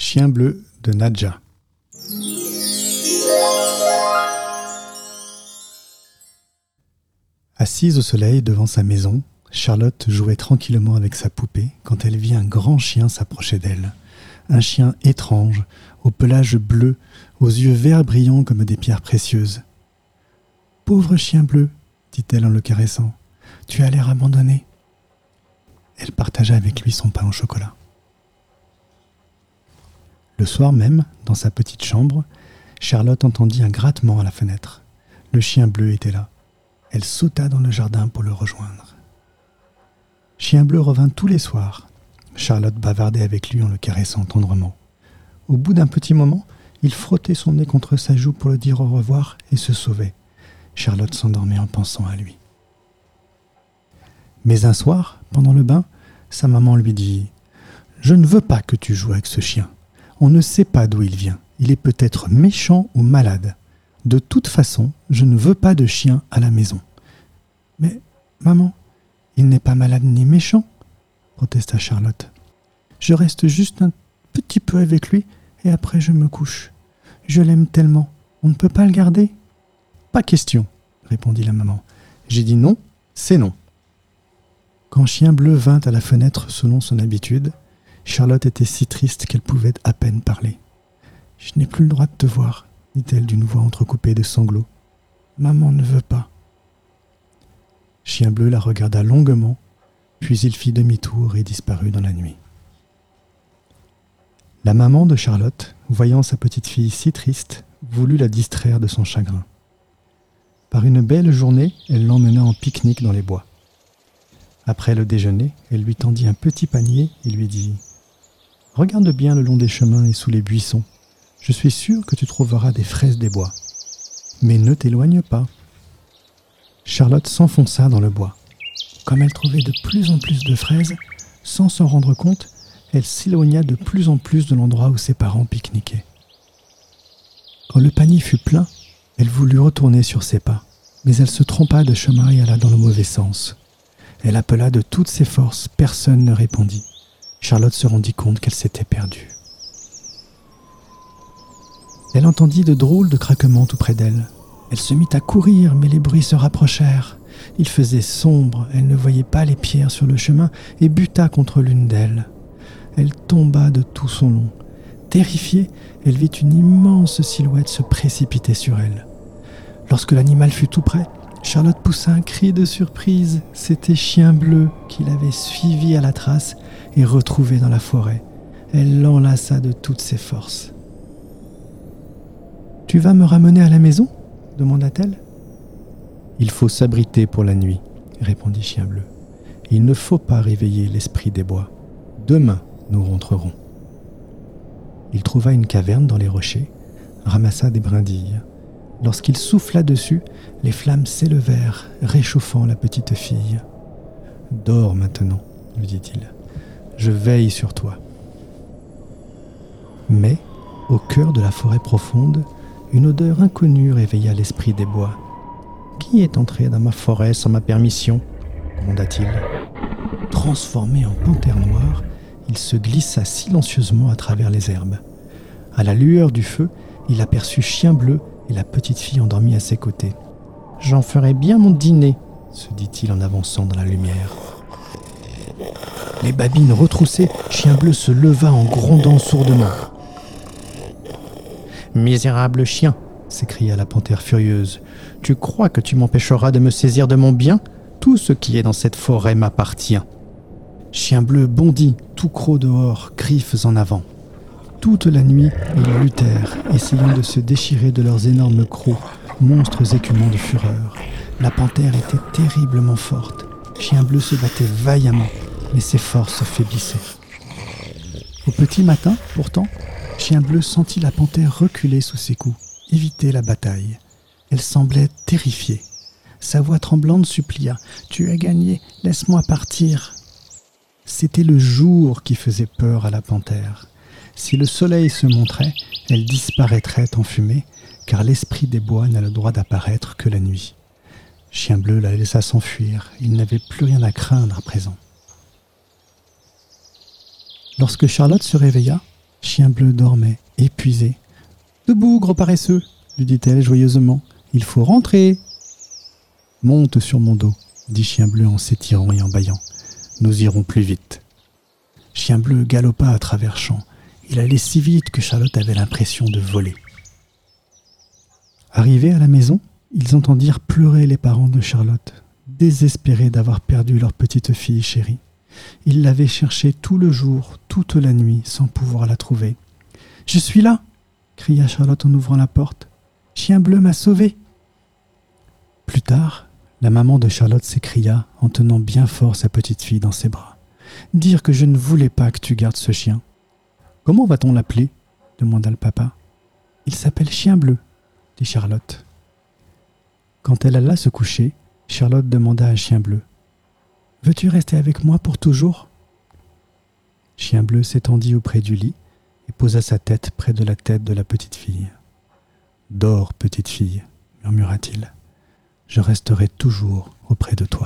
Chien bleu de Nadja. Assise au soleil devant sa maison, Charlotte jouait tranquillement avec sa poupée quand elle vit un grand chien s'approcher d'elle. Un chien étrange, au pelage bleu, aux yeux verts brillants comme des pierres précieuses. « Pauvre chien bleu !» dit-elle en le caressant. « Tu as l'air abandonné. » Elle partagea avec lui son pain au chocolat. Le soir même, dans sa petite chambre, Charlotte entendit un grattement à la fenêtre. Le chien bleu était là. Elle sauta dans le jardin pour le rejoindre. Chien bleu revint tous les soirs. Charlotte bavardait avec lui en le caressant tendrement. Au bout d'un petit moment, il frottait son nez contre sa joue pour le dire au revoir et se sauvait. Charlotte s'endormait en pensant à lui. Mais un soir, pendant le bain, sa maman lui dit « Je ne veux pas que tu joues avec ce chien. On ne sait pas d'où il vient. Il est peut-être méchant ou malade. De toute façon, je ne veux pas de chien à la maison. »« Mais, maman, il n'est pas malade ni méchant, » protesta Charlotte. « Je reste juste un petit peu avec lui et après je me couche. Je l'aime tellement. On ne peut pas le garder ?»« Pas question, » répondit la maman. « J'ai dit non, c'est non. » Quand Chien bleu vint à la fenêtre selon son habitude, Charlotte était si triste qu'elle pouvait à peine parler. « Je n'ai plus le droit de te voir, » dit-elle d'une voix entrecoupée de sanglots. « Maman ne veut pas. » Chien bleu la regarda longuement, puis il fit demi-tour et disparut dans la nuit. La maman de Charlotte, voyant sa petite fille si triste, voulut la distraire de son chagrin. Par une belle journée, elle l'emmena en pique-nique dans les bois. Après le déjeuner, elle lui tendit un petit panier et lui dit « Regarde bien le long des chemins et sous les buissons. Je suis sûre que tu trouveras des fraises des bois. Mais ne t'éloigne pas. » Charlotte s'enfonça dans le bois. Comme elle trouvait de plus en plus de fraises, sans s'en rendre compte, elle s'éloigna de plus en plus de l'endroit où ses parents pique-niquaient. Quand le panier fut plein, elle voulut retourner sur ses pas, mais elle se trompa de chemin et alla dans le mauvais sens. Elle appela de toutes ses forces, personne ne répondit. Charlotte se rendit compte qu'elle s'était perdue. Elle entendit de drôles de craquements tout près d'elle. Elle se mit à courir, mais les bruits se rapprochèrent. Il faisait sombre, elle ne voyait pas les pierres sur le chemin et buta contre l'une d'elles. Elle tomba de tout son long. Terrifiée, elle vit une immense silhouette se précipiter sur elle. Lorsque l'animal fut tout près, Charlotte poussa un cri de surprise. C'était Chien bleu qui l'avait suivi à la trace et retrouvé dans la forêt. Elle l'enlaça de toutes ses forces. « Tu vas me ramener à la maison ?» demanda-t-elle. « Il faut s'abriter pour la nuit, » répondit Chien bleu. « Il ne faut pas réveiller l'esprit des bois. Demain, nous rentrerons. » Il trouva une caverne dans les rochers, ramassa des brindilles. Lorsqu'il souffla dessus, les flammes s'élevèrent, réchauffant la petite fille. « Dors maintenant, » lui dit-il. « Je veille sur toi. » Mais, au cœur de la forêt profonde, une odeur inconnue réveilla l'esprit des bois. « Qui est entré dans ma forêt sans ma permission ?» gronda-t-il. Transformé en panthère noire, il se glissa silencieusement à travers les herbes. À la lueur du feu, il aperçut Chien bleu et la petite fille endormie à ses côtés. « J'en ferai bien mon dîner », se dit-il en avançant dans la lumière. Les babines retroussées, Chien bleu se leva en grondant sourdement. « Misérable chien !» s'écria la panthère furieuse. « Tu crois que tu m'empêcheras de me saisir de mon bien ? Tout ce qui est dans cette forêt m'appartient. » Chien bleu bondit, tout croc dehors, griffes en avant. Toute la nuit, ils luttèrent, essayant de se déchirer de leurs énormes crocs, monstres écumants de fureur. La panthère était terriblement forte. Chien bleu se battait vaillamment, mais ses forces faiblissaient. Au petit matin, pourtant, Chien bleu sentit la panthère reculer sous ses coups, éviter la bataille. Elle semblait terrifiée. Sa voix tremblante supplia « Tu as gagné, laisse-moi partir !» C'était le jour qui faisait peur à la panthère. Si le soleil se montrait, elle disparaîtrait en fumée, car l'esprit des bois n'a le droit d'apparaître que la nuit. Chien bleu la laissa s'enfuir, il n'avait plus rien à craindre à présent. Lorsque Charlotte se réveilla, Chien Bleu dormait, épuisé. « Debout, gros paresseux !» lui dit-elle joyeusement. « Il faut rentrer !»« Monte sur mon dos !» dit Chien Bleu en s'étirant et en bâillant. « Nous irons plus vite. » Chien Bleu galopa à travers champs. Il allait si vite que Charlotte avait l'impression de voler. Arrivés à la maison, ils entendirent pleurer les parents de Charlotte, désespérés d'avoir perdu leur petite fille chérie. Ils l'avaient cherchée tout le jour, toute la nuit, sans pouvoir la trouver. « Je suis là !» cria Charlotte en ouvrant la porte. « Chien Bleu m'a sauvée !» Plus tard, la maman de Charlotte s'écria en tenant bien fort sa petite fille dans ses bras. « Dire que je ne voulais pas que tu gardes ce chien. »« Comment va-t-on l'appeler ?» demanda le papa. « Il s'appelle Chien Bleu » dit Charlotte. Quand elle alla se coucher, Charlotte demanda à Chien Bleu. « Veux-tu rester avec moi pour toujours ?» Chien Bleu s'étendit auprès du lit et posa sa tête près de la tête de la petite fille. « Dors, petite fille, » murmura-t-il. « Je resterai toujours auprès de toi. »